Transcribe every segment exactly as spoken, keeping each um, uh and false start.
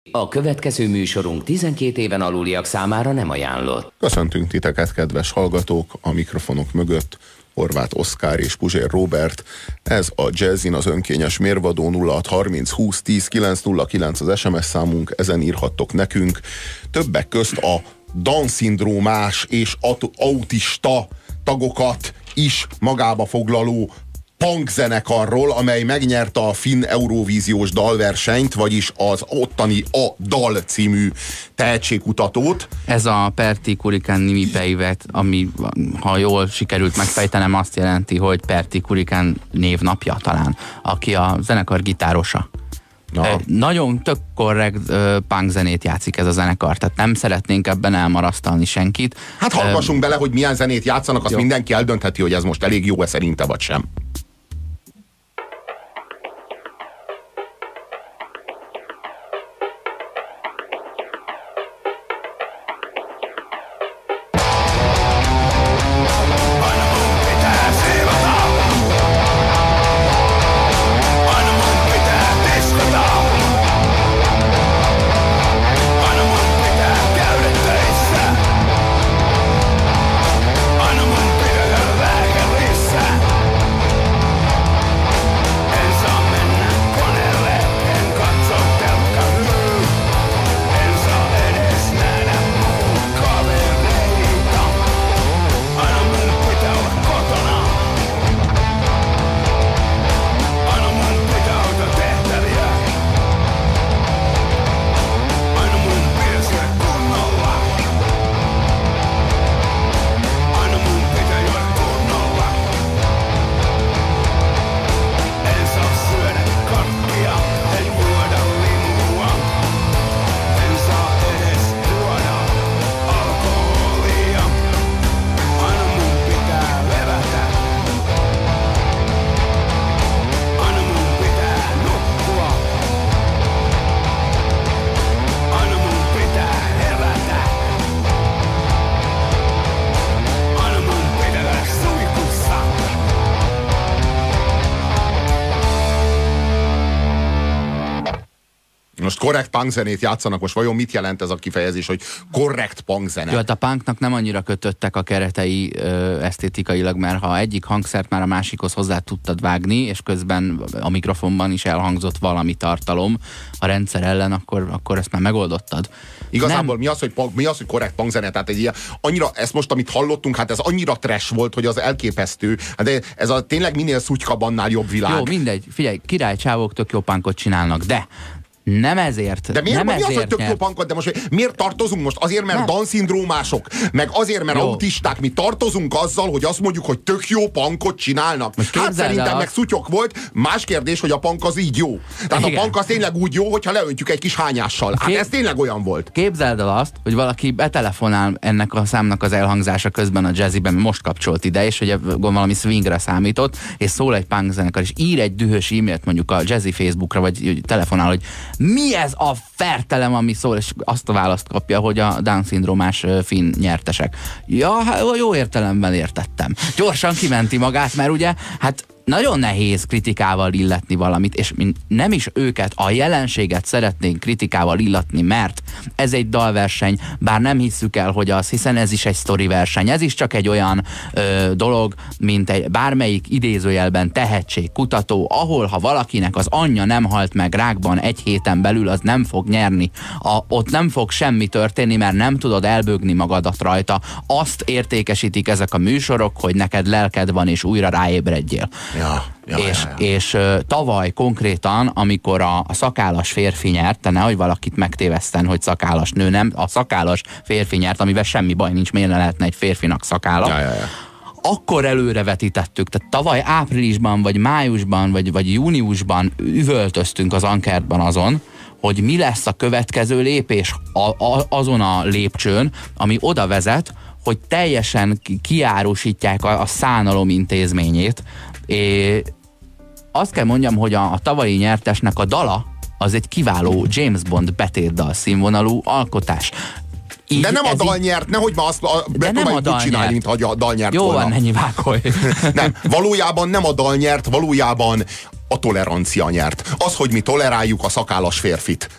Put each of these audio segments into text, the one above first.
A következő műsorunk tizenkét éven aluliak számára nem ajánlott. Köszöntünk titeket, kedves hallgatók, a mikrofonok mögött Horváth Oszkár és Puzsér Róbert. Ez a Jazzin az önkényes mérvadó. Nulla hat harminc húsz tíz kilenc nulla kilenc az es em es számunk, ezen írhattok nekünk. Többek közt a Down-szindrómás és autista tagokat is magába foglaló punk zenekarról, amely megnyerte a finn Eurovíziós dalversenyt, vagyis az ottani A Dal című tehetségkutatót. Ez a Pertti Kurikán Nimipäivät, ami, ha jól sikerült megfejtenem, azt jelenti, hogy Pertti Kurikán névnapja talán, aki a zenekar gitárosa. Na. Nagyon tök korrekt uh, punk zenét játszik ez a zenekar, tehát nem szeretnénk ebben elmarasztalni senkit. Hát hallgassunk uh, bele, hogy milyen zenét játszanak, azt jó. Mindenki eldöntheti, hogy ez most elég jó-e szerinte, vagy sem. Korrekt punkzenét játszanak, most vajon mit jelent ez a kifejezés, hogy korrekt punkzene? Jó, hát a punknak nem annyira kötöttek a keretei ö, esztétikailag, mert ha egyik hangszert már a másikhoz hozzá tudtad vágni, és közben a mikrofonban is elhangzott valami tartalom a rendszer ellen, akkor, akkor ezt már megoldottad. Igazából mi az, hogy, mi az, hogy korrekt punkzene? Tehát egy ilyen, annyira, ezt most, amit hallottunk, hát ez annyira trash volt, hogy az elképesztő. Hát de ez a tényleg minél szutykabb, annál jobb világ. Jó, mindegy. Figyelj, királycsávok tök jó punkot csinálnak, de nem ezért. De miért nem mi ezért az, hogy tök jó punkot? De most miért tartozunk most? Azért, mert Down-szindrómások, meg azért, mert jó. autisták. Mi tartozunk azzal, hogy azt mondjuk, hogy tök jó punkot csinálnak. Most hát szerintem meg szutyok volt. Más kérdés, hogy a punk az így jó. Tehát igen. A punk az tényleg úgy jó, hogyha leöntjük egy kis hányással. Hát Kép... ez tényleg olyan volt. Képzeld el azt, hogy valaki betelefonál ennek a számnak az elhangzása közben a jazziben, most kapcsolt ide, és ugye valami swingre számított, és szól egy punk zenekar, és ír egy dühös e-mailt mondjuk a Jazzy Facebookra, vagy telefonál, hogy mi ez a fertelem, ami szól, és azt a választ kapja, hogy a Down-szindrómás finn nyertesek. Ja, hát jó értelemben értettem. Gyorsan kimenti magát, mert ugye, hát nagyon nehéz kritikával illetni valamit, és mi nem is őket, a jelenséget szeretnénk kritikával illatni, mert ez egy dalverseny, bár nem hisszük el, hogy az, hiszen ez is egy sztoriverseny, ez is csak egy olyan ö, dolog, mint egy bármelyik idézőjelben tehetségkutató, ahol ha valakinek az anyja nem halt meg rákban egy héten belül, az nem fog nyerni. A, ott nem fog semmi történni, mert nem tudod elbögni magadat rajta. Azt értékesítik ezek a műsorok, hogy neked lelked van, és újra ráébredjél. Ja, ja, és, ja, ja. és uh, tavaly konkrétan, amikor a, a szakállas férfi nyert, te nehogy valakit megtéveszten, hogy szakállas nő, nem, a szakállas férfi nyert, amivel semmi baj nincs, miért ne lehetne egy férfinak szakálla. Ja, ja, ja. Akkor előrevetítettük, tehát tavaly áprilisban, vagy májusban, vagy, vagy júniusban üvöltöztünk az Ankertban azon, hogy mi lesz a következő lépés a, a, azon a lépcsőn, ami oda vezet, hogy teljesen kiárusítják a, a szánalom intézményét. É, azt kell mondjam, hogy a, a tavalyi nyertesnek a dala az egy kiváló James Bond betétdal színvonalú alkotás. Így, de nem a dal nyert, nehogy ma azt a, megpróbáljuk úgy csinálni, mint hogy a dal nyert Jó volna. van, ennyi vágolj. Nem, valójában nem a dal nyert, valójában a tolerancia nyert. Az, hogy mi toleráljuk a szakállas férfit.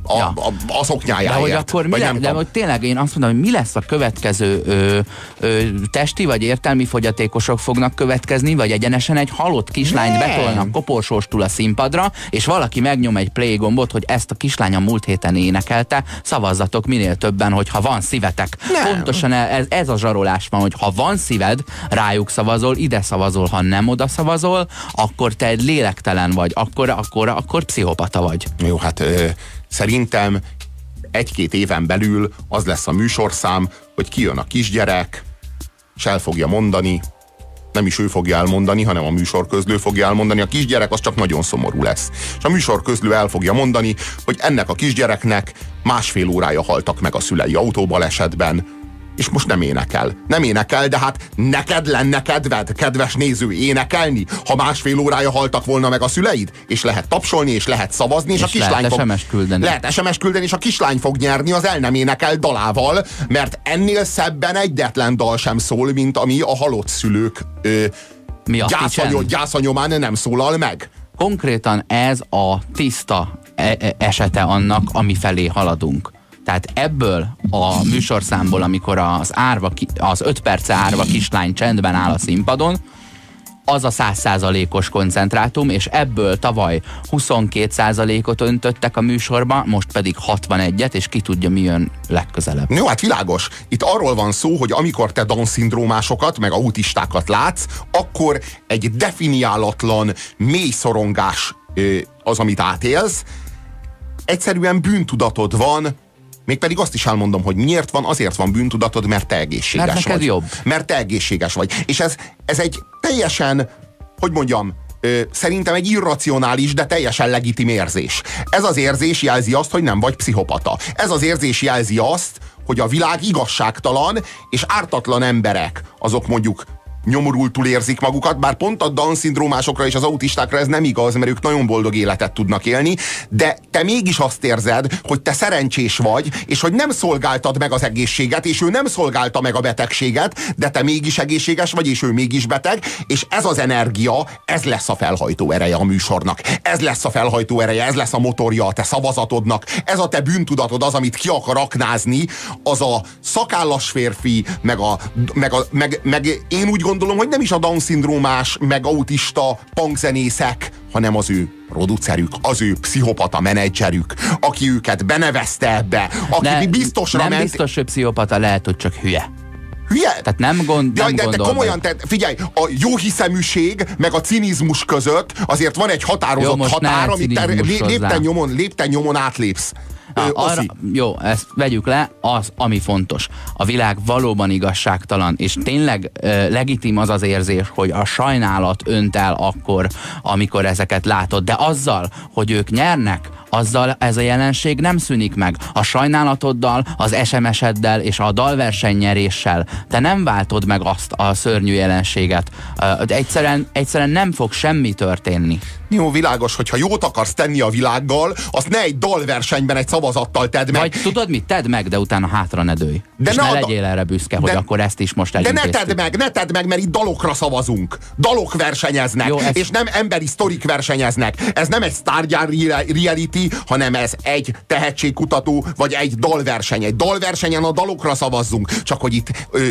a, ja. a, a szoknyájáért. De hogy akkor mi le, de hogy tényleg én azt mondom, hogy mi lesz a következő ö, ö, testi vagy értelmi fogyatékosok fognak következni, vagy egyenesen egy halott kislányt Nem. betolnak koporsóstul a színpadra, és valaki megnyom egy play gombot, hogy ezt a kislány a múlt héten énekelte, szavazzatok minél többen, hogyha van szívetek. Nem. Pontosan ez, ez a zsarolás van, hogy ha van szíved, rájuk szavazol, ide szavazol, ha nem oda szavazol, akkor te egy lélektelen vagy, akkor, akkor, akkor pszichopata vagy. Jó, hát ö, szerintem egy-két éven belül az lesz a műsorszám, hogy kijön a kisgyerek, és el fogja mondani, nem is ő fogja elmondani, hanem a műsorközlő fogja elmondani, a kisgyerek az csak nagyon szomorú lesz. És a műsorközlő el fogja mondani, hogy ennek a kisgyereknek másfél órája haltak meg a szülei autóbalesetben, és most nem énekel. Nem énekel, de hát neked lenne kedved, kedves néző, énekelni, ha másfél órája haltak volna meg a szüleid? És lehet tapsolni, és lehet szavazni, és, és a kislány lehet fog... es em es küldeni. Lehet es em es küldeni, és a kislány fog nyerni az el nem énekel dalával, mert ennél szebben egyetlen dal sem szól, mint ami a halott szülők ö, gyászanyom, gyászanyomán nem szólal meg. Konkrétan ez a tiszta esete annak, ami felé haladunk. Tehát ebből a műsorszámból, amikor az árva, az öt perce árva kislány csendben áll a színpadon, az a száz százalékos koncentrátum, és ebből tavaly huszonkét százalékot öntöttek a műsorba, most pedig hatvanegyet, és ki tudja, mi jön legközelebb. Jó, hát világos. Itt arról van szó, hogy amikor te Down-szindrómásokat, meg autistákat látsz, akkor egy definiálatlan mély szorongás az, amit átélsz. Egyszerűen bűntudatod van, mégpedig azt is elmondom, hogy miért van, azért van bűntudatod, mert te egészséges mert neked vagy. jobb. Mert te egészséges vagy. És ez, ez egy teljesen, hogy mondjam, ö, szerintem egy irracionális, de teljesen legitim érzés. Ez az érzés jelzi azt, hogy nem vagy pszichopata. Ez az érzés jelzi azt, hogy a világ igazságtalan, és ártatlan emberek, azok mondjuk nyomorultul érzik magukat, bár pont a Down-szindrómásokra és az autistákra ez nem igaz, mert ők nagyon boldog életet tudnak élni, de te mégis azt érzed, hogy te szerencsés vagy, és hogy nem szolgáltad meg az egészséget, és ő nem szolgálta meg a betegséget, de te mégis egészséges vagy, és ő mégis beteg, és ez az energia, ez lesz a felhajtó ereje a műsornak. Ez lesz a felhajtó ereje, ez lesz a motorja a te szavazatodnak, ez a te bűntudatod az, amit ki akar aknázni, az a szakállas férfi, meg, a, meg, a, meg, meg én úgy gondolom, Gondolom, hogy nem is a Down-szindrómás, meg autista punkzenészek, hanem az ő producerük, az ő pszichopata menedzserük, aki őket benevezte ebbe, aki ne, biztosra nem ment... Nem biztos, hogy pszichopata, lehet, hogy csak hülye. Hülye? Tehát nem, gond, nem de, de, gondol. De komolyan, te, figyelj, a jóhiszeműség meg a cinizmus között azért van egy határozott jó, határ, amit te lépten nyomon, lépten nyomon átlépsz. Na, arra, jó, ezt vegyük le, az, ami fontos. A világ valóban igazságtalan, és tényleg e, legitim az az érzés, hogy a sajnálat önt el akkor, amikor ezeket látod, de azzal, hogy ők nyernek, azzal ez a jelenség nem szűnik meg. A sajnálatoddal, az es em es-eddel és a dalversenynyeréssel te nem váltod meg azt a szörnyű jelenséget. E, egyszerűen, egyszerűen nem fog semmi történni. Jó, világos, hogyha jót akarsz tenni a világgal, azt ne egy dalversenyben egy szavazattal tedd meg. Vagy tudod mit? Tedd meg, de utána hátra ne dőj. De és ne, ne legyél erre büszke, de, hogy akkor ezt is most elintéztük. De ne tedd meg, ne tedd meg, mert itt dalokra szavazunk. Dalok versenyeznek, jó, ez... és nem emberi sztorik versenyeznek. Ez nem egy sztárgyár reality, hanem ez egy tehetségkutató, vagy egy dalverseny. Egy dalversenyen a dalokra szavazzunk. Csak hogy itt... Ö,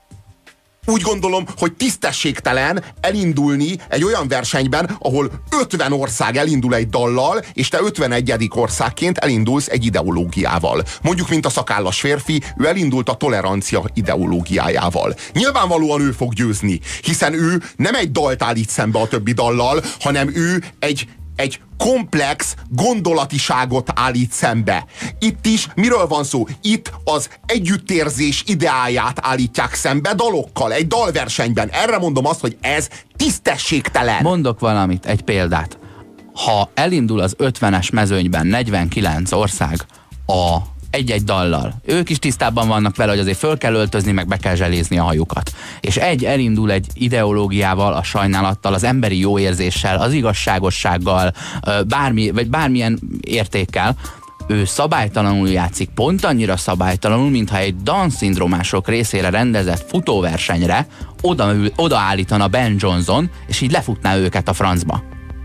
úgy gondolom, hogy tisztességtelen elindulni egy olyan versenyben, ahol ötven ország elindul egy dallal, és te ötvenegyedik országként elindulsz egy ideológiával. Mondjuk, mint a szakállas férfi, ő elindult a tolerancia ideológiájával. Nyilvánvalóan ő fog győzni, hiszen ő nem egy dalt állít szembe a többi dallal, hanem ő egy egy komplex gondolatiságot állít szembe. Itt is miről van szó? Itt az együttérzés ideáját állítják szembe dalokkal, egy dalversenyben. Erre mondom azt, hogy ez tisztességtelen. Mondok valamit, egy példát. Ha elindul az ötvenes mezőnyben negyvenkilenc ország a egy-egy dallal. Ők is tisztában vannak vele, hogy azért föl kell öltözni, meg be kell zselézni a hajukat. És egy elindul egy ideológiával, a sajnálattal, az emberi jóérzéssel, az igazságossággal, bármi, vagy bármilyen értékkel, ő szabálytalanul játszik, pont annyira szabálytalanul, mintha egy Down-szindrómások részére rendezett futóversenyre oda, odaállítana Ben Johnson, és így lefutná őket a francba.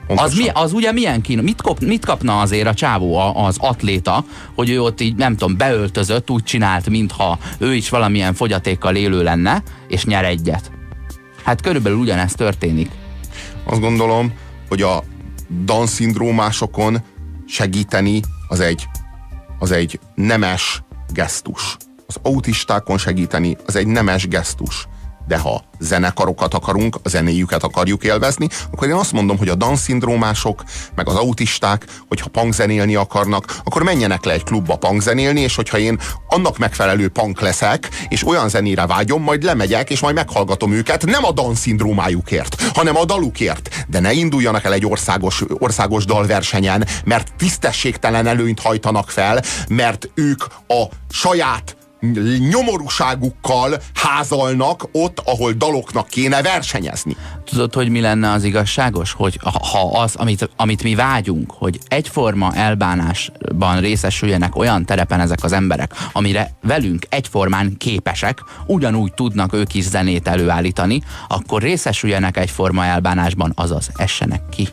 Az, mi, az ugye milyen kínos? Mit, kop, mit kapna azért a csávó, az atléta, hogy ő ott így, nem tudom, beöltözött, úgy csinált, mintha ő is valamilyen fogyatékkal élő lenne, és nyer egyet. Hát körülbelül ugyanezt történik. Azt gondolom, hogy a Down-szindrómásokon segíteni az egy, az egy nemes gesztus. Az autistákon segíteni az egy nemes gesztus. De ha zenekarokat akarunk, a zenéjüket akarjuk élvezni, akkor én azt mondom, hogy a Down-szindrómások, meg az autisták, hogyha punkzenélni akarnak, akkor menjenek le egy klubba punkzenélni, és hogyha én annak megfelelő punk leszek, és olyan zenére vágyom, majd lemegyek, és majd meghallgatom őket, nem a Down-szindrómájukért, hanem a dalukért. De ne induljanak el egy országos, országos dalversenyen, mert tisztességtelen előnyt hajtanak fel, mert ők a saját nyomorúságukkal házalnak ott, ahol daloknak kéne versenyezni. Tudod, hogy mi lenne az igazságos? Hogy ha az, amit, amit mi vágyunk, hogy egyforma elbánásban részesüljenek olyan terepen ezek az emberek, amire velünk egyformán képesek, ugyanúgy tudnak ők is zenét előállítani, akkor részesüljenek egyforma elbánásban, azaz essenek ki.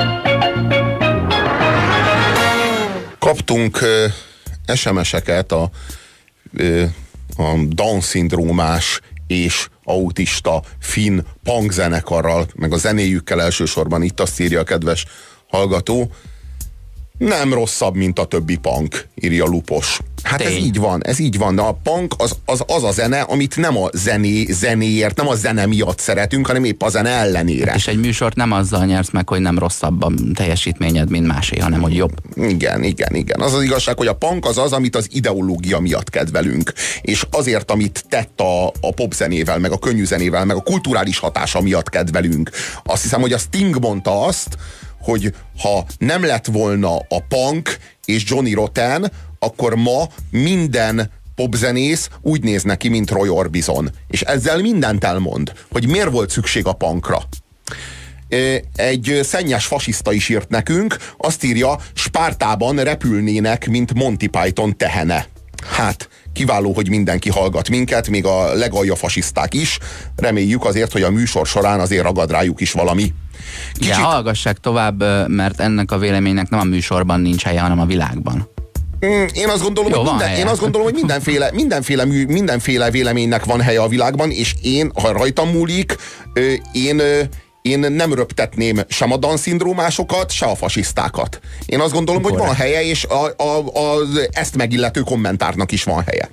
Kaptunk uh, es em es-eket a a Down-szindrómás és autista finn punk zenekarral, meg a zenéjükkel elsősorban, itt azt írja a kedves hallgató. Nem rosszabb, mint a többi punk, írja Lupos. Hát Tény. ez így van, ez így van, de a punk az, az, az a zene, amit nem a zené, zenéért, nem a zene miatt szeretünk, hanem épp a zene ellenére. És egy műsort nem azzal nyersz meg, hogy nem rosszabb a teljesítményed, mint másé, hanem hogy jobb. Igen, igen, igen. Az az igazság, hogy a punk az az, amit az ideológia miatt kedvelünk. És azért, amit tett a, a popzenével, meg a könnyű zenével, meg a kulturális hatása miatt kedvelünk. Azt hiszem, hogy a Sting mondta azt, hogy ha nem lett volna a punk és Johnny Rotten, akkor ma minden popzenész úgy néz neki, mint Roy Orbison. És ezzel mindent elmond, hogy miért volt szükség a punkra. Egy szennyes fasiszta is írt nekünk, azt írja, Spártában repülnének, mint Monty Python tehene. Hát, kiváló, hogy mindenki hallgat minket, még a legalja fasiszták is. Reméljük azért, hogy a műsor során azért ragad rájuk is valami. Kicsit... Ja, hallgassák tovább, mert ennek a véleménynek nem a műsorban nincs helye, hanem a világban. Én azt gondolom, Jó, hogy, minden, én azt gondolom, hogy mindenféle, mindenféle, mű, mindenféle véleménynek van helye a világban, és én, ha rajtam múlik, én, én nem röptetném sem a Down-szindrómásokat, se a fasisztákat. Én azt gondolom, Korrekt. hogy van helye, és a, a, az ezt megillető kommentárnak is van helye.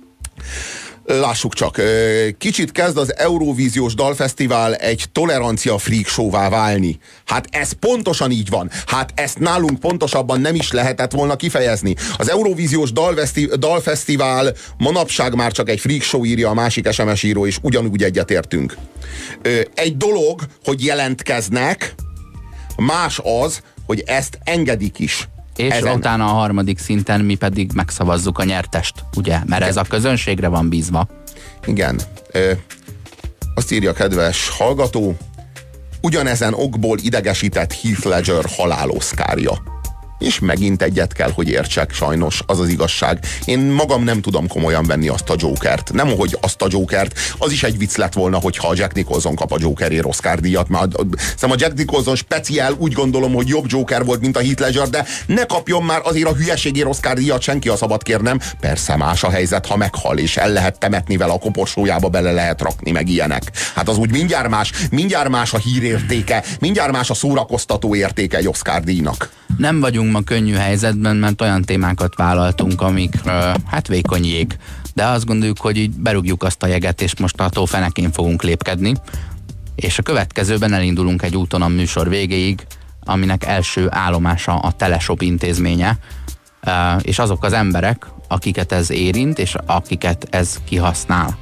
Lássuk csak, kicsit kezd az Eurovíziós Dalfesztivál egy tolerancia freak show-vá válni. Hát ez pontosan így van. Hát ezt nálunk pontosabban nem is lehetett volna kifejezni. Az Eurovíziós Dalfesztivál manapság már csak egy freak show, írja a másik es em es író, és ugyanúgy egyetértünk. Egy dolog, hogy jelentkeznek, más az, hogy ezt engedik is. És Ezen. utána a harmadik szinten mi pedig megszavazzuk a nyertest, ugye? Mert ez a közönségre van bízva. Igen. Ö, azt írja a kedves hallgató, ugyanezen okból idegesített Heath Ledger haláloszkárja. És megint egyet kell, hogy értsek, sajnos, az az igazság. Én magam nem tudom komolyan venni azt a Jokert. Nem, hogy azt a Jokert, az is egy vicc lett volna, hogyha a Jack Nicholson kap a Jokerért Oscar díjat. Szóval a Jack Nicholson speciál, úgy gondolom, hogy jobb Joker volt, mint a Heath Ledger, de ne kapjon már azért a hülyeségért Oscar díjat, senki a szabad kérnem. Persze más a helyzet, ha meghal, és el lehet temetni vele, a koporsójába bele lehet rakni, meg ilyenek. Hát az úgy mindjárt más, mindjárt más a hírértéke, mindjárt más a szórakoztató értéke egy Oscar díjnak. Nem vagyunk ma könnyű helyzetben, mert olyan témákat vállaltunk, amik uh, hát vékony jég. De azt gondoljuk, hogy így berúgjuk azt a jeget, és most a tó fenekén fogunk lépkedni. És a következőben elindulunk egy úton a műsor végéig, aminek első állomása a Teleshop intézménye, uh, és azok az emberek, akiket ez érint, és akiket ez kihasznál.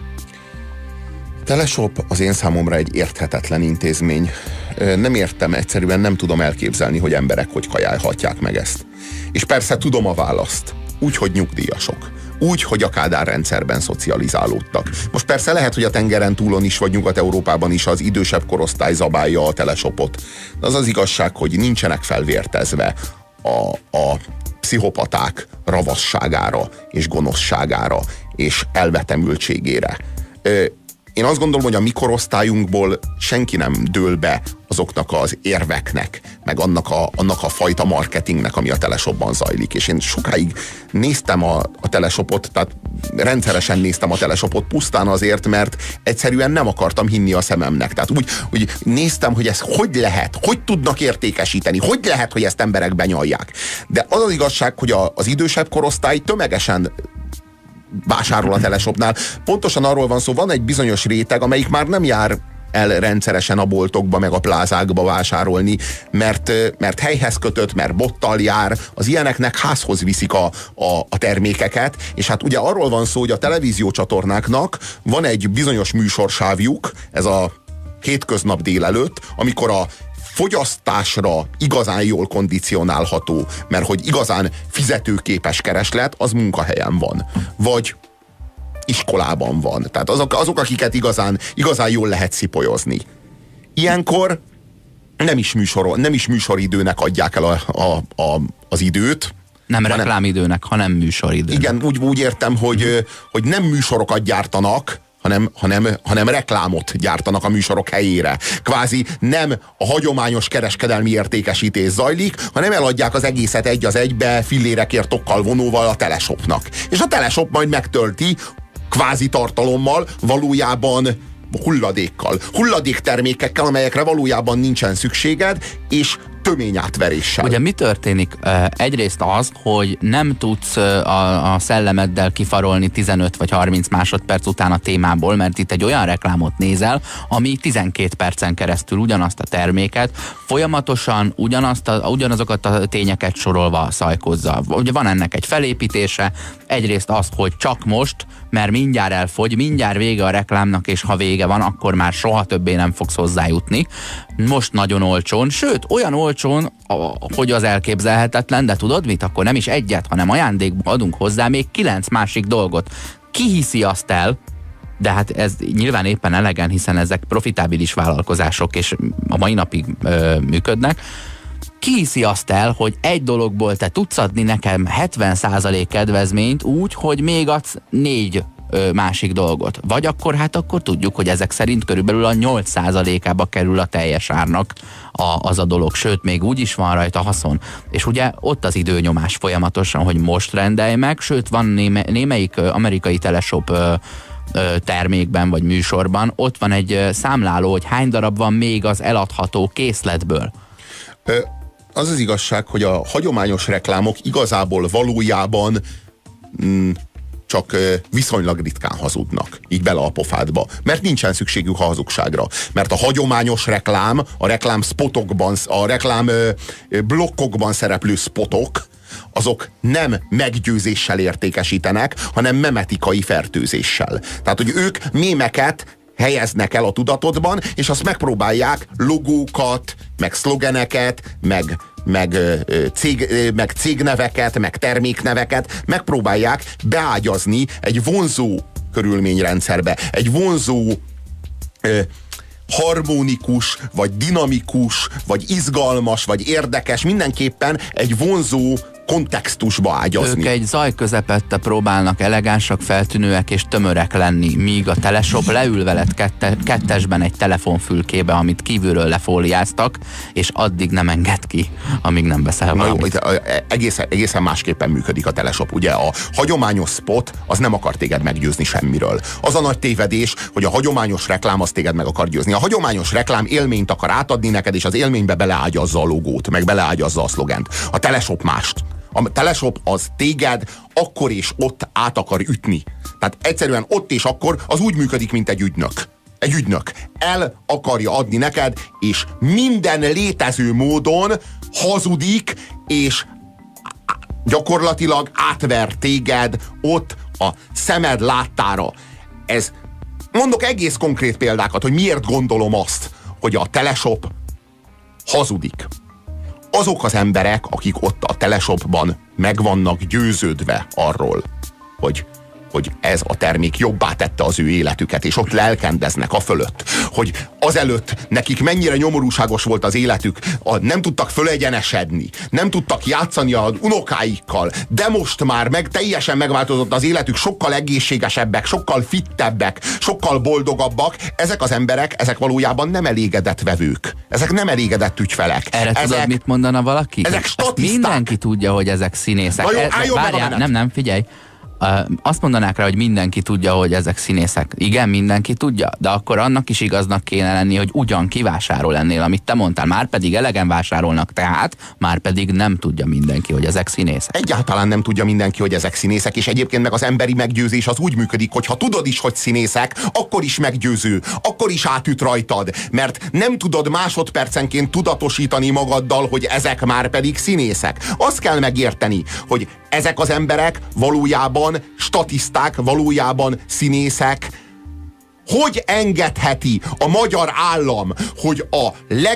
Teleshop az én számomra egy érthetetlen intézmény. Nem értem, egyszerűen nem tudom elképzelni, hogy emberek hogy kajálhatják meg ezt. És persze tudom a választ. Úgy, hogy nyugdíjasok. Úgy, hogy a Kádár rendszerben szocializálódtak. Most persze lehet, hogy a tengeren túlon is, vagy Nyugat-Európában is az idősebb korosztály zabálja a Teleshopot. De az az igazság, hogy nincsenek felvértezve a, a pszichopaták ravasságára, és gonoszságára, és elvetemültségére. én azt gondolom, hogy a mi korosztályunkból senki nem dől be azoknak az érveknek, meg annak a, annak a fajta marketingnek, ami a Teleshopban zajlik. És én sokáig néztem a, a Teleshopot, tehát rendszeresen néztem a Teleshopot pusztán azért, mert egyszerűen nem akartam hinni a szememnek. Tehát úgy, úgy néztem, hogy ez hogy lehet, hogy tudnak értékesíteni, hogy lehet, hogy ezt emberek benyalják. De az az igazság, hogy a, az idősebb korosztály tömegesen vásárol a Teleshopnál. Pontosan arról van szó, van egy bizonyos réteg, amelyik már nem jár el rendszeresen a boltokba, meg a plázákba vásárolni, mert, mert helyhez kötött, mert bottal jár, az ilyeneknek házhoz viszik a, a, a termékeket, és hát ugye arról van szó, hogy a televíziócsatornáknak van egy bizonyos műsorsávjuk, ez a hétköznap délelőtt, amikor a fogyasztásra igazán jól kondicionálható, mert hogy igazán fizetőképes kereslet, az munkahelyen van. Vagy iskolában van. Tehát azok, azok akiket igazán, igazán jól lehet szipolyozni. Ilyenkor nem is, műsor, nem is műsoridőnek adják el a, a, a, az időt. Nem hanem, reklámidőnek, hanem műsoridőnek. Igen, úgy, úgy értem, hogy, hogy nem műsorokat gyártanak, hanem, hanem, hanem reklámot gyártanak a műsorok helyére. Kvázi nem a hagyományos kereskedelmi értékesítés zajlik, hanem eladják az egészet egy az egybe fillérekért tokkal vonóval a Teleshopnak. És a Teleshop majd megtölti kvázi tartalommal, valójában hulladékkal. Hulladéktermékekkel, amelyekre valójában nincsen szükséged, és töményátveréssel. Ugye mi történik? Egyrészt az, hogy nem tudsz a, a szellemeddel kifarolni tizenöt vagy harminc másodperc után a témából, mert itt egy olyan reklámot nézel, ami tizenkét percen keresztül ugyanazt a terméket, folyamatosan ugyanazt a, ugyanazokat a tényeket sorolva szajkozza. Ugye van ennek egy felépítése, egyrészt az, hogy csak most, mert mindjárt elfogy, mindjárt vége a reklámnak, és ha vége van, akkor már soha többé nem fogsz hozzájutni. Most nagyon olcsón, sőt, olyan olcsón, hogy az elképzelhetetlen, de tudod mit? Akkor nem is egyet, hanem ajándékba adunk hozzá még kilenc másik dolgot. Ki hiszi azt el, de hát ez nyilván éppen elegen, hiszen ezek profitábilis vállalkozások, és a mai napig ö, működnek. Ki hiszi azt el, hogy egy dologból te tudsz adni nekem hetven százalék kedvezményt úgy, hogy még adsz négy ö, másik dolgot. Vagy akkor hát akkor tudjuk, hogy ezek szerint körülbelül a nyolc százalékába kerül a teljes árnak a, az a dolog. Sőt, még úgy is van rajta haszon. És ugye ott az időnyomás folyamatosan, hogy most rendelj meg, sőt van néme, némelyik ö, amerikai Teleshop ö, ö, termékben vagy műsorban, ott van egy ö, számláló, hogy hány darab van még az eladható készletből. Ö Az az igazság, hogy a hagyományos reklámok igazából valójában mm, csak viszonylag ritkán hazudnak, így bele a pofádba. Mert nincsen szükségük a hazugságra. Mert a hagyományos reklám, a reklám spotokban, a reklám blokkokban szereplő spotok, azok nem meggyőzéssel értékesítenek, hanem memetikai fertőzéssel. Tehát, hogy ők mémeket helyeznek el a tudatodban, és azt megpróbálják logókat, meg szlogeneket, meg, meg, cég, meg cégneveket, meg termékneveket megpróbálják beágyazni egy vonzó körülményrendszerbe, egy vonzó harmonikus, vagy dinamikus, vagy izgalmas, vagy érdekes, mindenképpen egy vonzó kontextusba ágyazni. Ők egy zaj közepette próbálnak elegánsak, feltűnőek és tömörek lenni, míg a Teleshop leül veled kette, kettesben egy telefonfülkébe, amit kívülről lefóliáztak, és addig nem enged ki, amíg nem veszel valamit. Na jó, egészen, egészen másképpen működik a Teleshop. Ugye a hagyományos spot az nem akar téged meggyőzni semmiről. Az a nagy tévedés, hogy a hagyományos reklám az téged meg akar győzni. A hagyományos reklám élményt akar átadni neked, és az élménybe beleágyazza a logót, meg beleágyazza a szlogent. A Teleshop mást. A Teleshop az téged akkor és ott át akar ütni. Tehát egyszerűen ott és akkor az úgy működik, mint egy ügynök. Egy ügynök. El akarja adni neked, és minden létező módon hazudik, és gyakorlatilag átver téged ott a szemed láttára. Ez, mondok egész konkrét példákat, hogy miért gondolom azt, hogy a Teleshop hazudik. Azok az emberek, akik ott a Teleshopban meg vannak győződve arról, hogy hogy ez a termék jobbá tette az ő életüket, és ott lelkendeznek a fölött, hogy azelőtt nekik mennyire nyomorúságos volt az életük, a, nem tudtak fölegyenesedni, nem tudtak játszani az unokáikkal, de most már meg teljesen megváltozott az életük, sokkal egészségesebbek, sokkal fittebbek, sokkal boldogabbak. Ezek az emberek, ezek valójában nem elégedett vevők. Ezek nem elégedett ügyfelek. Erre ezek, tudod, mit mondana valaki? Ezek statiszták. Mindenki tudja, hogy ezek színészek. Na jó, Ez, álljon meg a várjál, menet. nem, nem, figyelj. Uh, azt mondanák rá, hogy mindenki tudja, hogy ezek színészek. Igen, mindenki tudja, de akkor annak is igaznak kéne lenni, hogy ugyan kivásárol ennél, amit te mondtál. Már pedig elegen vásárolnak, tehát már pedig nem tudja mindenki, hogy ezek színészek. Egyáltalán nem tudja mindenki, hogy ezek színészek, és egyébként meg az emberi meggyőzés az úgy működik, hogy ha tudod is, hogy színészek, akkor is meggyőző, akkor is átüt rajtad, mert nem tudod másodpercenként tudatosítani magaddal, hogy ezek már pedig színészek. Azt kell megérteni, hogy ezek az emberek valójában statiszták, valójában színészek. Hogy engedheti a magyar állam, hogy a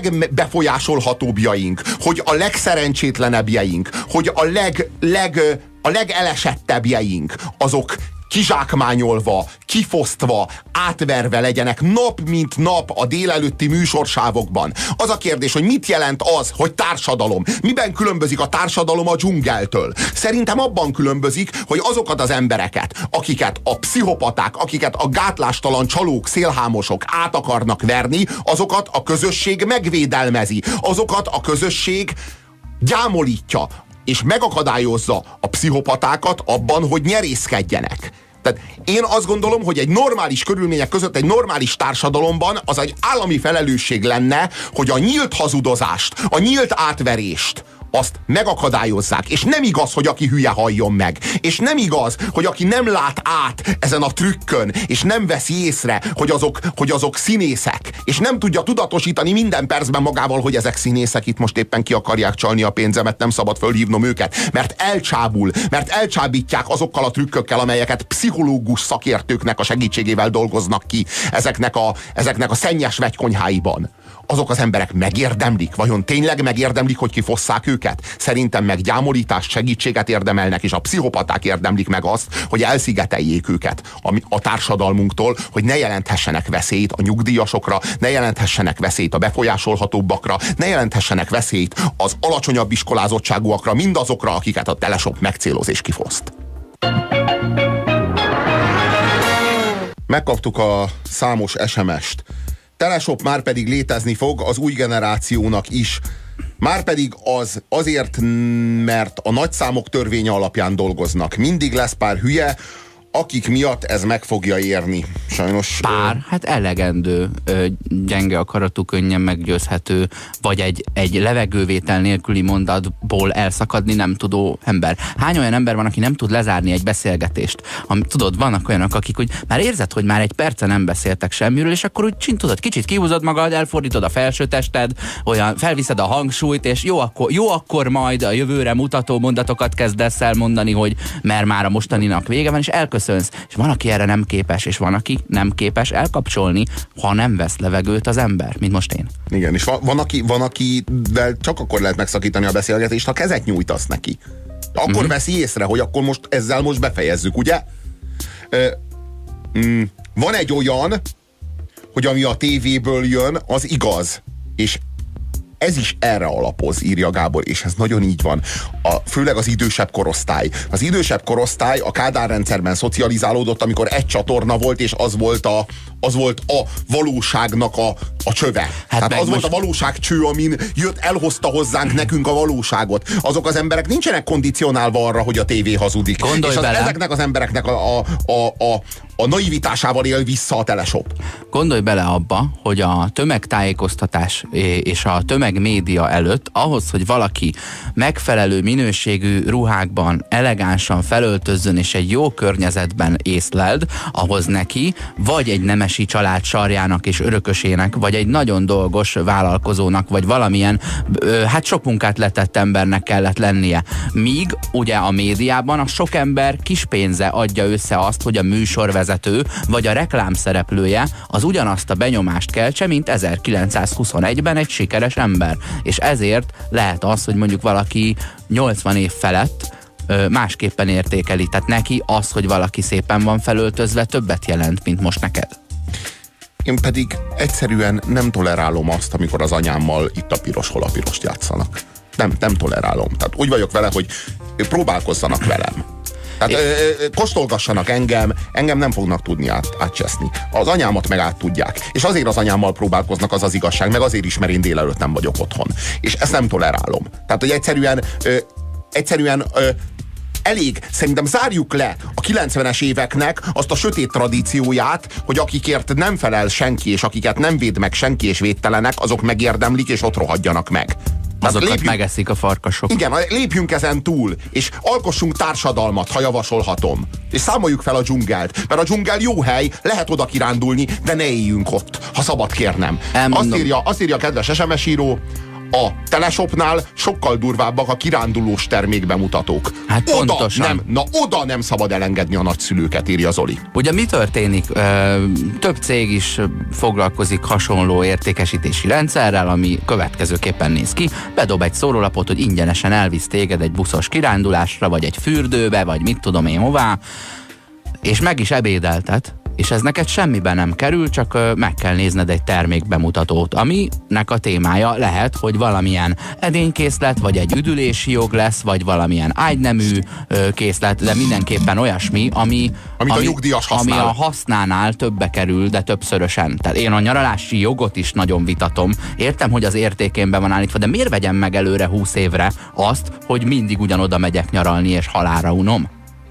legbefolyásolhatóbbjaink, hogy a legszerencsétlenebbjeink, hogy a, leg, leg, a legelesettebbjeink, azok kizsákmányolva, kifosztva, átverve legyenek nap mint nap a délelőtti műsorsávokban. Az a kérdés, hogy mit jelent az, hogy társadalom? Miben különbözik a társadalom a dzsungeltől? Szerintem abban különbözik, hogy azokat az embereket, akiket a pszichopaták, akiket a gátlástalan csalók, szélhámosok át akarnak verni, azokat a közösség megvédelmezi. Azokat a közösség gyámolítja, és megakadályozza a pszichopatákat abban, hogy nyerészkedjenek. Tehát én azt gondolom, hogy egy normális körülmények között, egy normális társadalomban az egy állami felelősség lenne, hogy a nyílt hazudozást, a nyílt átverést, azt megakadályozzák. És nem igaz, hogy aki hülye halljon meg. És nem igaz, hogy aki nem lát át ezen a trükkön, és nem veszi észre, hogy azok, hogy azok színészek, és nem tudja tudatosítani minden percben magával, hogy ezek színészek, itt most éppen ki akarják csalni a pénzemet, nem szabad fölhívnom őket, mert elcsábul, mert elcsábítják azokkal a trükkökkel, amelyeket pszichológus szakértőknek a segítségével dolgoznak ki ezeknek a, ezeknek a szennyes vegykonyháiban. Azok az emberek megérdemlik? Vajon tényleg megérdemlik, hogy kifosszák őket? Szerintem meg gyámolítást, segítséget érdemelnek, és a pszichopaták érdemlik meg azt, hogy elszigeteljék őket a, a társadalmunktól, hogy ne jelenthessenek veszélyt a nyugdíjasokra, ne jelenthessenek veszélyt a befolyásolhatóbbakra, ne jelenthessenek veszélyt az alacsonyabb iskolázottságúakra, mindazokra, akiket a Teleshop megcéloz és kifoszt. Megkaptuk a számos es em est. Teleshop már pedig létezni fog az új generációnak is. Márpedig az azért, mert a nagyszámok törvénye alapján dolgoznak. Mindig lesz pár hülye, akik miatt ez meg fogja érni. Sajnos... Pár, hát elegendő, ö, gyenge akaratú, könnyen meggyőzhető, vagy egy, egy levegővétel nélküli mondatból elszakadni nem tudó ember. Hány olyan ember van, aki nem tud lezárni egy beszélgetést? Ami, tudod, vannak olyanok, akik úgy már érzed, hogy már egy perce nem beszéltek semmiről, és akkor úgy csint, tudod, kicsit kihúzod magad, elfordítod a felsőtested, olyan felviszed a hangsúlyt, és jó akkor, jó akkor majd a jövőre mutató mondatokat kezdesz el mondani, hogy mert már a mostaninak vége van, és elköszönsz. És van, aki erre nem képes, és van, aki nem képes elkapcsolni, ha nem vesz levegőt az ember, mint most én. Igen, és van, van, aki, van akivel csak akkor lehet megszakítani a beszélgetést, ha kezet nyújtasz neki. Akkor mm-hmm. veszi észre, hogy akkor most ezzel most befejezzük, ugye? Ö, mm, van egy olyan, hogy ami a tévéből jön, az igaz. És ez is erre alapoz, írja Gábor, és ez nagyon így van. A, főleg az idősebb korosztály. Az idősebb korosztály a Kádár rendszerben szocializálódott, amikor egy csatorna volt, és az volt a, az volt a valóságnak a, a csöve. Hát Tehát az most... volt a valóság cső, amin jött, elhozta hozzánk nekünk a valóságot. Azok az emberek nincsenek kondicionálva arra, hogy a tévé hazudik. Gondolj és az, bele. Ezeknek az embereknek a, a, a, a, a naivitásával él vissza a Teleshop. Gondolj bele abba, hogy a tömegtájékoztatás és a tömegmédia előtt ahhoz, hogy valaki megfelelő minőségű ruhákban elegánsan felöltözzön és egy jó környezetben észleld, ahhoz neki vagy egy nemesi család sarjának és örökösének, vagy egy nagyon dolgos vállalkozónak, vagy valamilyen, hát sok munkát letett embernek kellett lennie. Míg ugye a médiában a sok ember kis pénze adja össze azt, hogy a műsorvezető vagy a reklám szereplője az ugyanazt a benyomást keltse, mint ezerkilencszázhuszonegyben egy sikeres ember. És ezért lehet az, hogy mondjuk valaki nyolcvan év felett ö, másképpen értékeli. Tehát neki az, hogy valaki szépen van felöltözve, többet jelent, mint most neked. Én pedig egyszerűen nem tolerálom azt, amikor az anyámmal itt a piros, hol a pirost játszanak. Nem, nem tolerálom. Tehát úgy vagyok vele, hogy próbálkozzanak velem. Tehát é. kóstolgassanak engem, engem nem fognak tudni át, átcseszni. Az anyámat meg át tudják. És azért az anyámmal próbálkoznak, az az igazság, meg azért is, mert én délelőtt nem vagyok otthon. És ezt nem tolerálom. Tehát, hogy egyszerűen, ö, egyszerűen ö, elég, szerintem zárjuk le a kilencvenes éveknek azt a sötét tradícióját, hogy akikért nem felel senki, és akiket nem véd meg senki és védtelenek, azok megérdemlik, és ott rohadjanak meg. Azokat lépjünk, megeszik a farkasok. Igen, lépjünk ezen túl, és alkossunk társadalmat, ha javasolhatom. És számoljuk fel a dzsungelt, mert a dzsungel jó hely, lehet oda kirándulni, de ne éljünk ott, ha szabad kérnem. Azt írja, azt írja a kedves es em es író, a Teleshopnál sokkal durvábbak a kirándulós termékbemutatók. Hát oda pontosan. nem, na oda nem szabad elengedni a nagyszülőket, írja Zoli. Ugye mi történik? Több cég is foglalkozik hasonló értékesítési rendszerrel, ami következőképpen néz ki. Bedob egy szórólapot, hogy ingyenesen elvisz téged egy buszos kirándulásra, vagy egy fürdőbe, vagy mit tudom én hová, és meg is ebédeltet, és ez neked semmiben nem kerül, csak ö, meg kell nézned egy termékbemutatót, aminek a témája lehet, hogy valamilyen edénykészlet, vagy egy üdülési jog lesz, vagy valamilyen ágynemű ö, készlet, de mindenképpen olyasmi, ami, Amit ami, a nyugdíjas használ. ami a hasznánál többbe kerül, de többszörösen. Tehát én a nyaralási jogot is nagyon vitatom. Értem, hogy az értékénben van állítva, de miért vegyem meg előre húsz évre azt, hogy mindig ugyanoda megyek nyaralni, és halálra unom?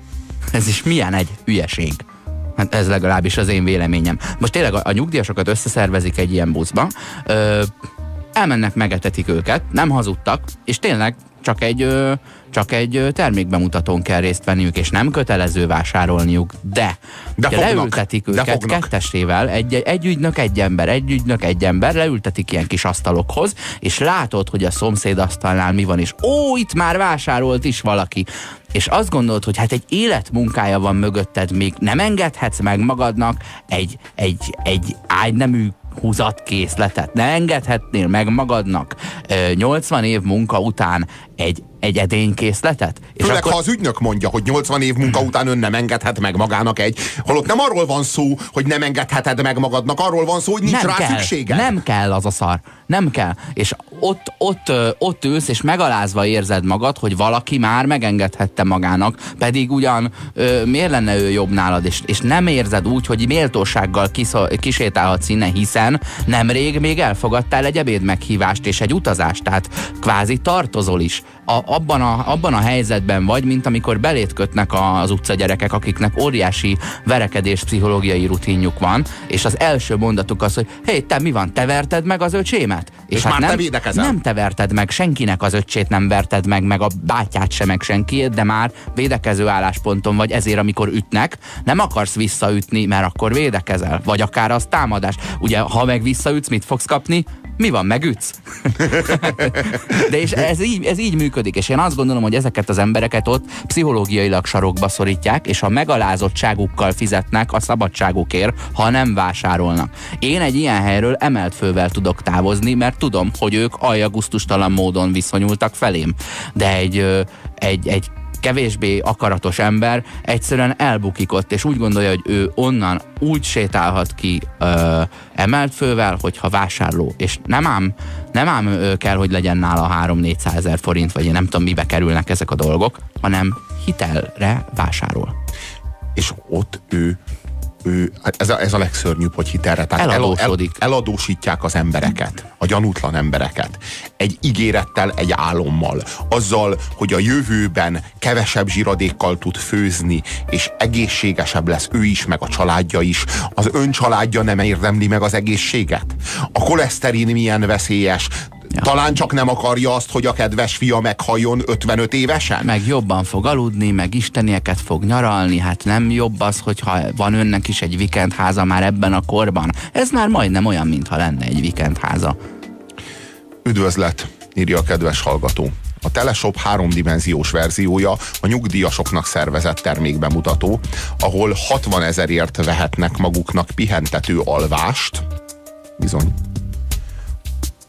Ez is milyen egy hülyeség. Hát ez legalábbis az én véleményem. Most tényleg a, a nyugdíjasokat összeszervezik egy ilyen buszba, ö, elmennek, megetetik őket, nem hazudtak, és tényleg csak egy, ö, csak egy termékbemutatón kell részt venniük, és nem kötelező vásárolniuk, de, de fognak, leültetik őket de fognak. kettesével, egy, egy ügynök, egy ember, egy ügynök, egy ember, leültetik ilyen kis asztalokhoz, és látod, hogy a szomszéd asztalnál mi van, és ó, itt már vásárolt is valaki. És azt gondolod, hogy hát egy életmunkája van mögötted, még nem engedhetsz meg magadnak egy, egy, egy ágynemű húzatkészletet. Ne engedhetnél meg magadnak nyolcvan év munka után egy, egy edénykészletet? És Főleg, akkor... ha az ügynök mondja, hogy nyolcvan év munka után ön nem engedhet meg magának egy, holott nem arról van szó, hogy nem engedheted meg magadnak, arról van szó, hogy nincs nem rá kell, szükséged. Nem kell az a szar. Nem kell. És ott, ott, ott ülsz, és megalázva érzed magad, hogy valaki már megengedhette magának, pedig ugyan ö, miért lenne ő jobb nálad, és, és nem érzed úgy, hogy méltósággal kiszol, kisétálhatsz innen, hiszen nemrég még elfogadtál egy ebéd meghívást és egy utazást, tehát kvázi tartozol is. A, abban, a, abban a helyzetben vagy, mint amikor belét kötnek az utcagyerekek, akiknek óriási verekedés pszichológiai rutinjuk van, és az első mondatuk az, hogy hé, te mi van, te verted meg az öcsémet? És, és hát már nem, te védekezel. Nem te verted meg, senkinek az öccsét nem verted meg, meg a bátyát sem, meg senkiét, de már védekező állásponton vagy, ezért amikor ütnek, nem akarsz visszaütni, mert akkor védekezel, vagy akár az támadás. Ugye, ha meg visszaütsz, mit fogsz kapni? Mi van, megütsz? De és ez így, ez így működik, és én azt gondolom, hogy ezeket az embereket ott pszichológiailag sarokba szorítják, és a megalázottságukkal fizetnek a szabadságukért, ha nem vásárolnak. Én egy ilyen helyről emelt fővel tudok távozni, mert tudom, hogy ők aljagusztustalan módon viszonyultak felém. De egy, egy, egy kevésbé akaratos ember egyszerűen elbukik ott, és úgy gondolja, hogy ő onnan úgy sétálhat ki ö, emelt fővel, hogyha vásárló. És nem ám, nem ám ö, kell, hogy legyen nála három-négyszázezer forint, vagy én nem tudom, mibe kerülnek ezek a dolgok, hanem hitelre vásárol. És ott ő Ő, ez, a, ez a legszörnyűbb, hogy hitelre. Tehát eladósodik. El, el, eladósítják az embereket, a gyanútlan embereket. Egy ígérettel, egy álommal. Azzal, hogy a jövőben kevesebb zsiradékkal tud főzni, és egészségesebb lesz ő is, meg a családja is. Az ön családja nem érdemli meg az egészséget? A koleszterin milyen veszélyes? Ja. Talán csak nem akarja azt, hogy a kedves fia meghalljon ötvenöt évesen? Meg jobban fog aludni, meg istenieket fog nyaralni, hát nem jobb az, hogyha van önnek is egy vikendháza már ebben a korban. Ez már majdnem olyan, mintha lenne egy vikendháza. Üdvözlet, írja a kedves hallgató. A Teleshop háromdimenziós verziója a nyugdíjasoknak szervezett termékbemutató, ahol hatvanezerért vehetnek maguknak pihentető alvást, bizony,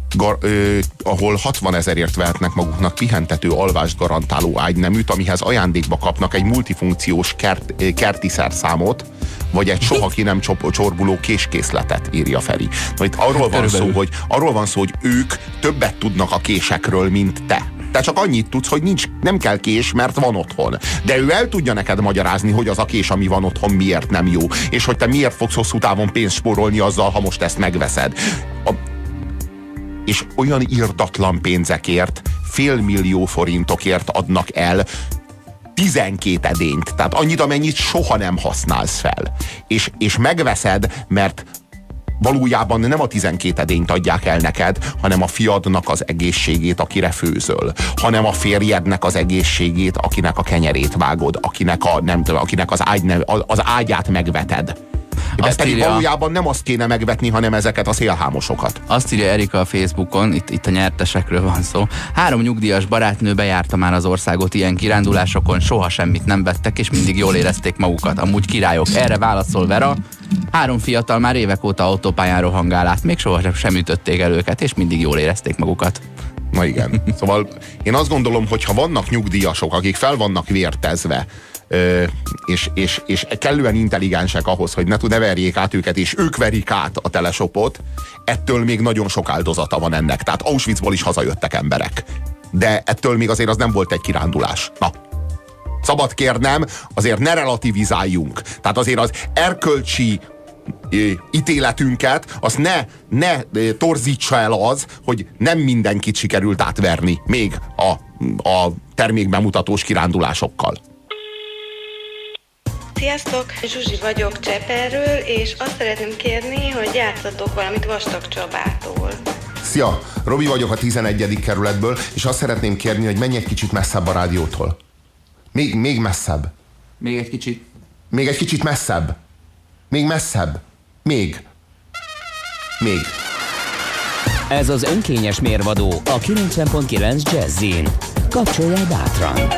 Gar, ö, ahol hatvan ezerért vehetnek maguknak pihentető alvást garantáló ágyneműt, amihez ajándékba kapnak egy multifunkciós kert, kerti szerszámot, vagy egy soha ki nem csorbuló késkészletet, írja Feri. Na, itt arról van, szó, hogy, arról van szó, hogy ők többet tudnak a késekről, mint te. Te csak annyit tudsz, hogy nincs, nem kell kés, mert van otthon. De ő el tudja neked magyarázni, hogy az a kés, ami van otthon, miért nem jó. És hogy te miért fogsz hosszú távon pénzt spórolni azzal, ha most ezt megveszed. A, és olyan irdatlan pénzekért, félmillió forintokért adnak el tizenkét edényt. Tehát annyit, amennyit soha nem használsz fel. És, és megveszed, mert valójában nem a tizenkét edényt adják el neked, hanem a fiadnak az egészségét, akire főzöl. Hanem a férjednek az egészségét, akinek a kenyerét vágod, akinek, a, nem tudom, akinek az, ágy, az ágyát megveted. De pedig írja, valójában nem azt kéne megvetni, hanem ezeket a szélhámosokat. Azt írja Erika a Facebookon, itt, itt a nyertesekről van szó. Három nyugdíjas barátnő bejárta már az országot ilyen kirándulásokon, soha semmit nem vettek, és mindig jól érezték magukat. Amúgy királyok. Erre válaszol Vera. Három fiatal már évek óta autópályán rohangál át, még soha sem ütötték el őket, és mindig jól érezték magukat. Na igen. Szóval én azt gondolom, hogy ha vannak nyugdíjasok, akik fel vannak vértezve, Ö, és, és, és kellően intelligensek ahhoz, hogy ne, ne verjék át őket, és ők verik át a teleshopot, ettől még nagyon sok áldozata van ennek. Tehát Auschwitzból is hazajöttek emberek. De ettől még azért az nem volt egy kirándulás. Na, szabad kérnem, azért ne relativizáljunk. Tehát azért az erkölcsi ítéletünket, azt ne, ne torzítsa el az, hogy nem mindenkit sikerült átverni, még a, a termékbemutatós kirándulásokkal. Sziasztok, Zsuzsi vagyok Cseperről, és azt szeretném kérni, hogy játszatok valamit Vastag Csabától. Szia, Robi vagyok a tizenegyedik kerületből, és azt szeretném kérni, hogy menj egy kicsit messzebb a rádiótól. Még, még messzebb. Még egy kicsit. Még egy kicsit messzebb. Még messzebb. Még. Még. Ez az önkényes mérvadó a kilencven pont kilenc Jazzin. Kapcsolja bátran!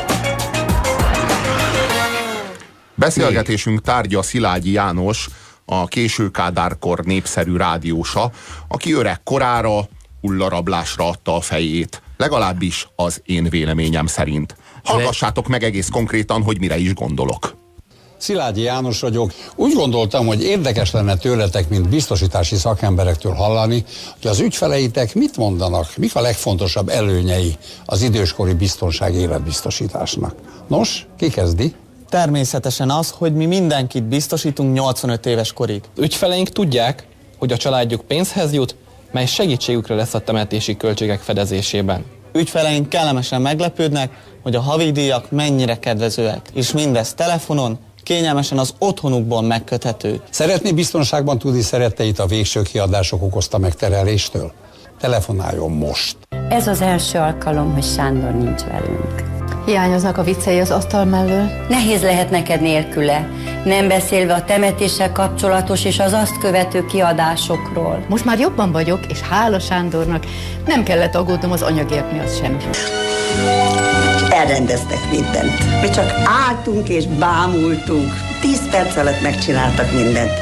Beszélgetésünk tárgya Szilágyi János, a késő kádárkor népszerű rádiósa, aki öreg korára hullarablásra adta a fejét. Legalábbis az én véleményem szerint. Hallgassátok meg egész konkrétan, hogy mire is gondolok. Szilágyi János vagyok. Úgy gondoltam, hogy érdekes lenne tőletek, mint biztosítási szakemberektől hallani, hogy az ügyfeleitek mit mondanak, mik a legfontosabb előnyei az időskori biztonság életbiztosításnak. Nos, ki kezdi? Természetesen az, hogy mi mindenkit biztosítunk nyolcvanöt éves korig. Ügyfeleink tudják, hogy a családjuk pénzhez jut, mely segítségükre lesz a temetési költségek fedezésében. Ügyfeleink kellemesen meglepődnek, hogy a havidíjak mennyire kedvezőek, és mindez telefonon, kényelmesen az otthonukból megköthető. Szeretné biztonságban tudni szeretteit a végső kiadások okozta megtereléstől? Telefonáljon most! Ez az első alkalom, hogy Sándor nincs velünk. Hiányoznak a viccei az asztal mellől. Nehéz lehet neked nélküle, nem beszélve a temetéssel kapcsolatos és az azt követő kiadásokról. Most már jobban vagyok, és hála Sándornak nem kellett aggódnom az anyagért miatt sem. Elrendeztek mindent. Mi csak álltunk és bámultunk. Tíz perc alatt megcsináltak mindent.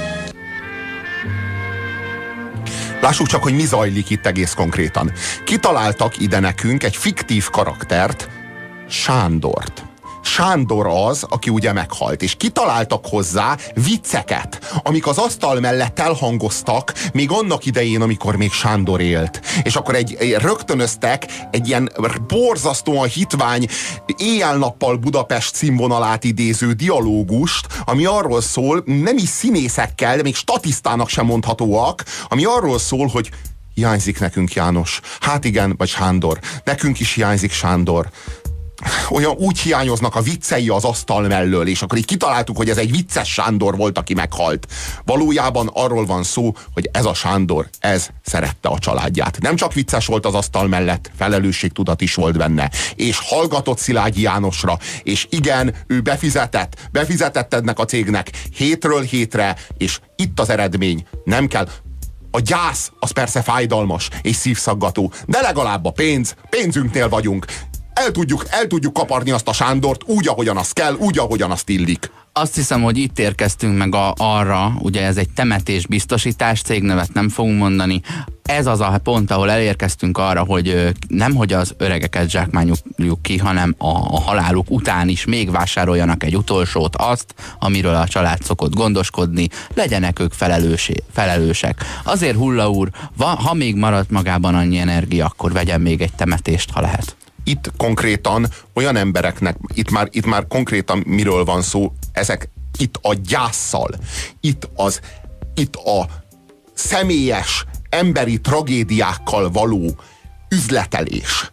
Lássuk csak, hogy mi zajlik itt egész konkrétan. Kitaláltak ide nekünk egy fiktív karaktert, Sándort. Sándor az, aki ugye meghalt, és kitaláltak hozzá vicceket, amik az asztal mellett elhangoztak még annak idején, amikor még Sándor élt. És akkor egy, egy rögtönöztek egy ilyen borzasztóan hitvány éjjel-nappal Budapest színvonalát idéző dialógust, ami arról szól, nem is színészekkel, de még statisztának sem mondhatóak, ami arról szól, hogy hiányzik nekünk János. Hát igen, vagy Sándor. Nekünk is hiányzik Sándor. Olyan úgy hiányoznak a viccei az asztal mellől, és akkor így kitaláltuk, hogy ez egy vicces Sándor volt, aki meghalt. Valójában arról van szó, hogy ez a Sándor, ez szerette a családját. Nem csak vicces volt az asztal mellett, felelősségtudat is volt benne. És hallgatott Szilágyi Jánosra, és igen, ő befizetett, befizetett ennek a cégnek hétről hétre, és itt az eredmény. Nem kell... A gyász, az persze fájdalmas és szívszaggató, de legalább a pénz, pénzünknél vagyunk. El tudjuk, el tudjuk kaparni azt a Sándort úgy, ahogyan az kell, úgy, ahogyan azt illik. Azt hiszem, hogy itt érkeztünk meg a, arra, ugye ez egy temetésbiztosítás, cégnevet nem fogunk mondani. Ez az a pont, ahol elérkeztünk arra, hogy nem hogy az öregeket zsákmányoljuk ki, hanem a, a haláluk után is még vásároljanak egy utolsót, azt, amiről a család szokott gondoskodni, legyenek ők felelősé, felelősek. Azért Hulla úr, va, ha még maradt magában annyi energia, akkor vegyen még egy temetést, ha lehet. Itt konkrétan olyan embereknek, itt már, itt már konkrétan miről van szó, ezek itt a gyásszal, itt, az, itt a személyes, emberi tragédiákkal való üzletelés.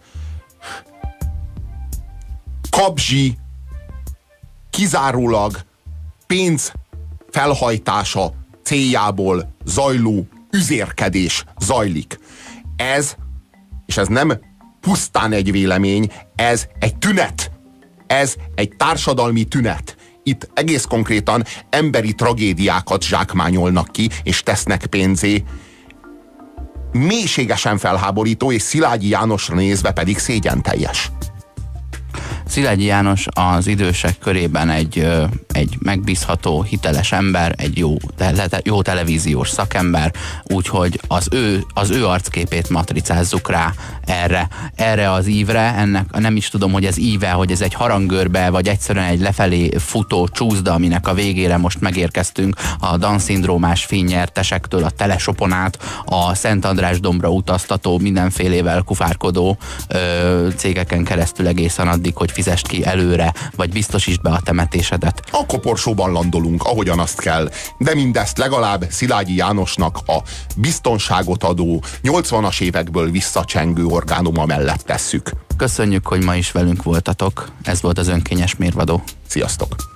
Kabzsi kizárólag pénz felhajtása céljából zajló üzérkedés zajlik. Ez, és ez nem pusztán egy vélemény, ez egy tünet. Ez egy társadalmi tünet. Itt egész konkrétan emberi tragédiákat zsákmányolnak ki, és tesznek pénzé. Mélységesen felháborító, és Szilágyi Jánosra nézve pedig szégyenteljes. Szilágyi János az idősek körében egy, egy megbízható, hiteles ember, egy jó, te, jó televíziós szakember, úgyhogy az ő, az ő arcképét matricázzuk rá erre, erre az ívre. Ennek nem is tudom, hogy ez íve, hogy ez egy harangörbe, vagy egyszerűen egy lefelé futó csúszda, aminek a végére most megérkeztünk a Down-szindrómás fénynyertesektől a Telesopon át, a Szent András dombra utaztató, mindenfélével kufárkodó ö, cégeken keresztül egészen addig, hogy fizest ki előre, vagy biztosítsd be a temetésedet. A koporsóban landolunk, ahogyan azt kell, de mindezt legalább Szilágyi Jánosnak a biztonságot adó, nyolcvanas évekből visszacsengő orgánuma mellett tesszük. Köszönjük, hogy ma is velünk voltatok. Ez volt az Önkényes Mérvadó. Sziasztok!